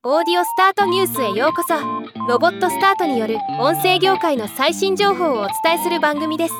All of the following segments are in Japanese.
オーディオスタートニュースへようこそ。ロボットスタートによる音声業界の最新情報をお伝えする番組です。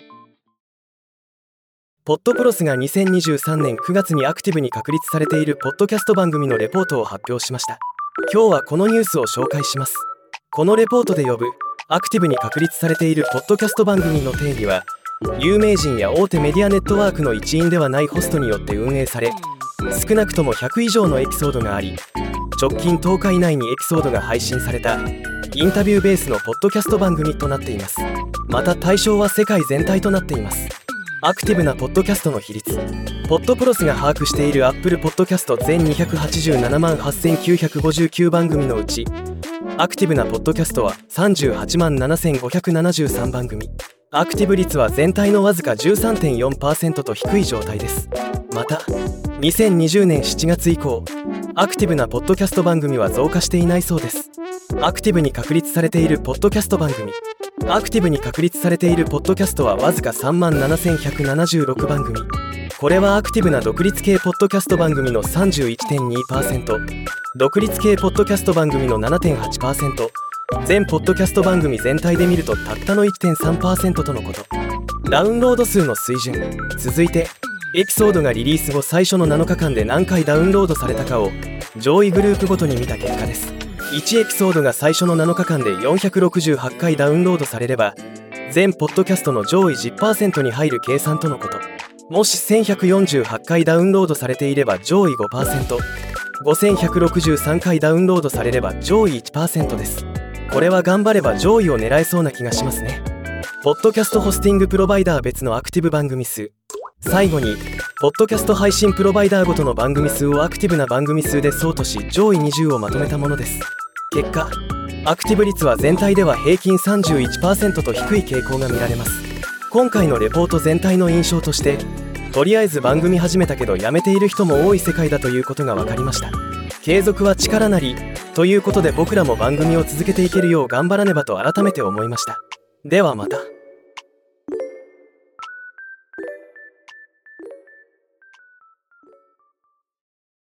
ポッドプロスが2023年9月にアクティブに確立されているポッドキャスト番組のレポートを発表しました。今日はこのニュースを紹介します。このレポートで呼ぶアクティブに確立されているポッドキャスト番組の定義は、有名人や大手メディアネットワークの一員ではないホストによって運営され、少なくとも100以上のエピソードがあり、直近10日以内にエピソードが配信されたインタビューベースのポッドキャスト番組となっています。また対象は世界全体となっています。アクティブなポッドキャストの比率、ポッドプロスが把握している Apple Podcast 全287万8959番組のうち、アクティブなポッドキャストは38万7573番組。アクティブ率は全体のわずか 13.4% と低い状態です。また2020年7月以降、アクティブなポッドキャスト番組は増加していないそうです。アクティブに確立されているポッドキャスト番組、アクティブに確立されているポッドキャストはわずか3万7176番組。これはアクティブな独立系ポッドキャスト番組の 31.2%、 独立系ポッドキャスト番組の 7.8%、 全ポッドキャスト番組全体で見るとたったの 1.3% とのこと。ダウンロード数の水準、続いてエピソードがリリース後最初の7日間で何回ダウンロードされたかを上位グループごとに見た結果です。1エピソードが最初の7日間で468回ダウンロードされれば、全ポッドキャストの上位 10% に入る計算とのこと。もし1148回ダウンロードされていれば上位 5%、 5163回ダウンロードされれば上位 1% です。これは頑張れば上位を狙えそうな気がしますね。ポッドキャストホスティングプロバイダー別のアクティブ番組数。最後にポッドキャスト配信プロバイダーごとの番組数をアクティブな番組数でソートし、上位20をまとめたものです。結果、アクティブ率は全体では平均 31% と低い傾向が見られます。今回のレポート全体の印象として、とりあえず番組始めたけどやめている人も多い世界だということが分かりました。継続は力なりということで、僕らも番組を続けていけるよう頑張らねばと改めて思いました。ではまた。